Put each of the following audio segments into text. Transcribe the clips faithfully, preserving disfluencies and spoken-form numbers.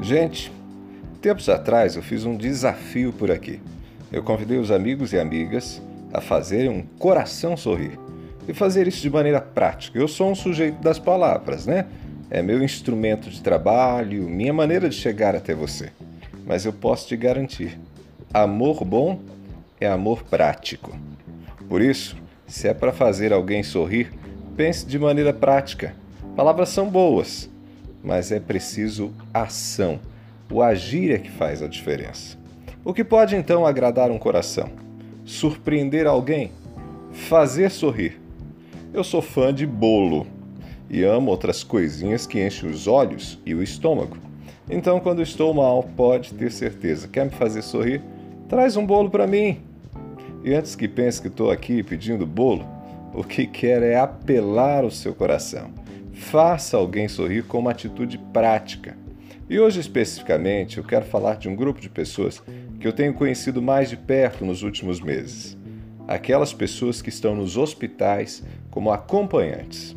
Gente, tempos atrás eu fiz um desafio por aqui. Eu convidei os amigos e amigas a fazerem um coração sorrir e fazer isso de maneira prática. Eu sou um sujeito das palavras, né? É meu instrumento de trabalho, minha maneira de chegar até você. Mas eu posso te garantir, amor bom é amor prático. Por isso, se é para fazer alguém sorrir, pense de maneira prática. Palavras são boas, mas é preciso ação. O agir é que faz a diferença. O que pode então agradar um coração? Surpreender alguém? Fazer sorrir? Eu sou fã de bolo e amo outras coisinhas que enchem os olhos e o estômago. Então, quando estou mal, pode ter certeza. Quer me fazer sorrir? Traz um bolo para mim. E antes que pense que estou aqui pedindo bolo, o que quero é apelar o seu coração. Faça alguém sorrir com uma atitude prática. E hoje, especificamente, eu quero falar de um grupo de pessoas que eu tenho conhecido mais de perto nos últimos meses. Aquelas pessoas que estão nos hospitais como acompanhantes.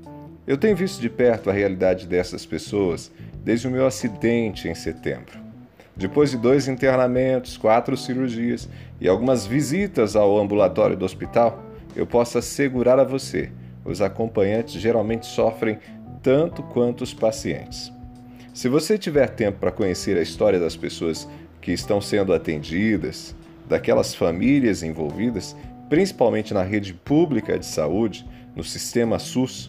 Eu tenho visto de perto a realidade dessas pessoas desde o meu acidente em setembro. Depois de dois internamentos, quatro cirurgias e algumas visitas ao ambulatório do hospital, eu posso assegurar a você, os acompanhantes geralmente sofrem tanto quanto os pacientes. Se você tiver tempo para conhecer a história das pessoas que estão sendo atendidas, daquelas famílias envolvidas, principalmente na rede pública de saúde, no sistema SUS,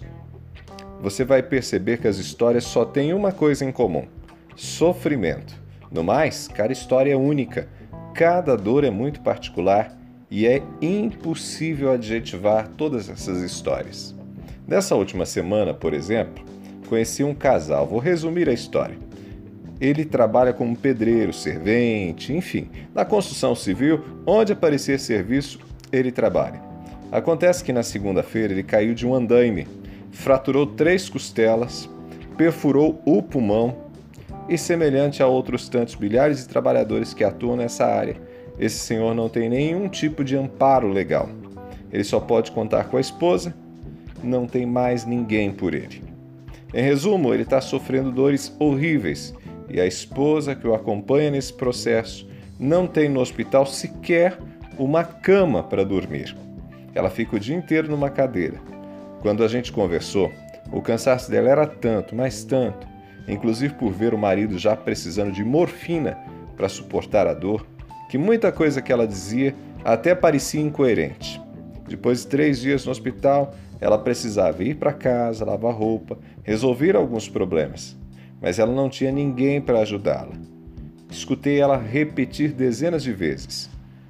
você vai perceber que as histórias só têm uma coisa em comum: sofrimento. No mais, cada história é única, cada dor é muito particular e é impossível adjetivar todas essas histórias. Nessa última semana, por exemplo, conheci um casal. Vou resumir a história. Ele trabalha como pedreiro, servente, enfim, na construção civil, onde aparecer serviço, ele trabalha. Acontece que na segunda-feira ele caiu de um andaime, fraturou três costelas, perfurou o pulmão e, semelhante a outros tantos milhares de trabalhadores que atuam nessa área, esse senhor não tem nenhum tipo de amparo legal. Ele só pode contar com a esposa, não tem mais ninguém por ele. Em resumo, ele está sofrendo dores horríveis e a esposa que o acompanha nesse processo não tem no hospital sequer uma cama para dormir. Ela fica o dia inteiro numa cadeira. Quando a gente conversou, o cansaço dela era tanto, mas tanto, inclusive por ver o marido já precisando de morfina para suportar a dor, que muita coisa que ela dizia até parecia incoerente. Depois de três dias no hospital, ela precisava ir para casa, lavar roupa, resolver alguns problemas, mas ela não tinha ninguém para ajudá-la. Escutei ela repetir dezenas de vezes: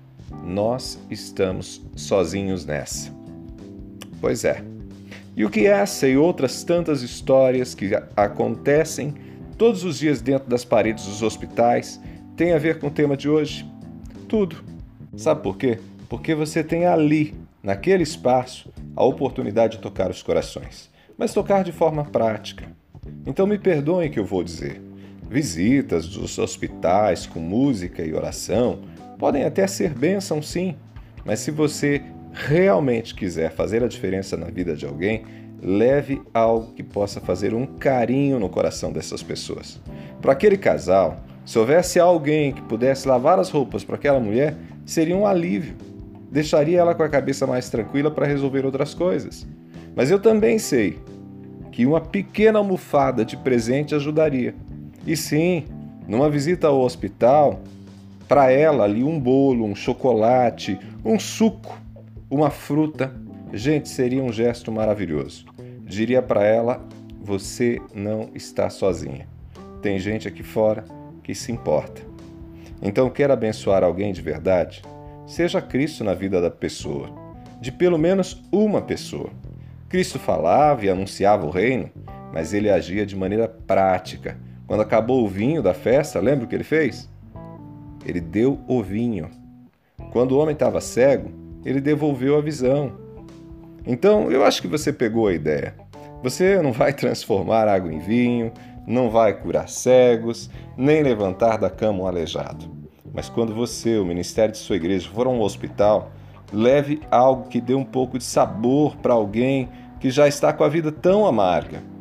nós estamos sozinhos nessa. Pois é. E o que essa e outras tantas histórias que acontecem todos os dias dentro das paredes dos hospitais tem a ver com o tema de hoje? Tudo. Sabe por quê? Porque você tem ali, naquele espaço, a oportunidade de tocar os corações, mas tocar de forma prática. Então me perdoem que eu vou dizer. Visitas dos hospitais com música e oração podem até ser bênção, sim, mas se você realmente quiser fazer a diferença na vida de alguém, leve algo que possa fazer um carinho no coração dessas pessoas. Para aquele casal, se houvesse alguém que pudesse lavar as roupas para aquela mulher, seria um alívio. Deixaria ela com a cabeça mais tranquila para resolver outras coisas. Mas eu também sei que uma pequena almofada de presente ajudaria. E sim, numa visita ao hospital, para ela ali um bolo, um chocolate, um suco, uma fruta, gente, seria um gesto maravilhoso. Diria para ela: você não está sozinha. Tem gente aqui fora que se importa. Então, quer abençoar alguém de verdade? Seja Cristo na vida da pessoa, de pelo menos uma pessoa. Cristo falava e anunciava o reino, mas ele agia de maneira prática. Quando acabou o vinho da festa, lembra o que ele fez? Ele deu o vinho. Quando o homem estava cego, ele devolveu a visão. Então, eu acho que você pegou a ideia. Você não vai transformar água em vinho, não vai curar cegos, nem levantar da cama um aleijado. Mas quando você, o ministério de sua igreja, for a um hospital, leve algo que dê um pouco de sabor para alguém que já está com a vida tão amarga.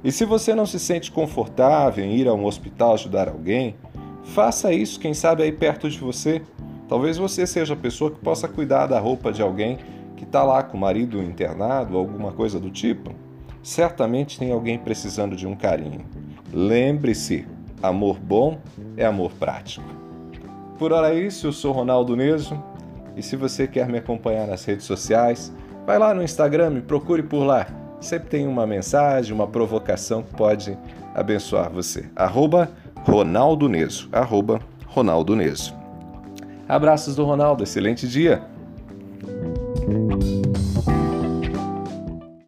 E se você não se sente confortável em ir a um hospital ajudar alguém, faça isso, quem sabe aí perto de você. Talvez você seja a pessoa que possa cuidar da roupa de alguém que está lá com o marido internado ou alguma coisa do tipo. Certamente tem alguém precisando de um carinho. Lembre-se, amor bom é amor prático. Por hora é isso, eu sou Ronaldo Neso e se você quer me acompanhar nas redes sociais, vai lá no Instagram, me procure por lá. Sempre tem uma mensagem, uma provocação que pode abençoar você. Arroba Ronaldo Neso. Arroba Ronaldo Neso. Abraços do Ronaldo, excelente dia!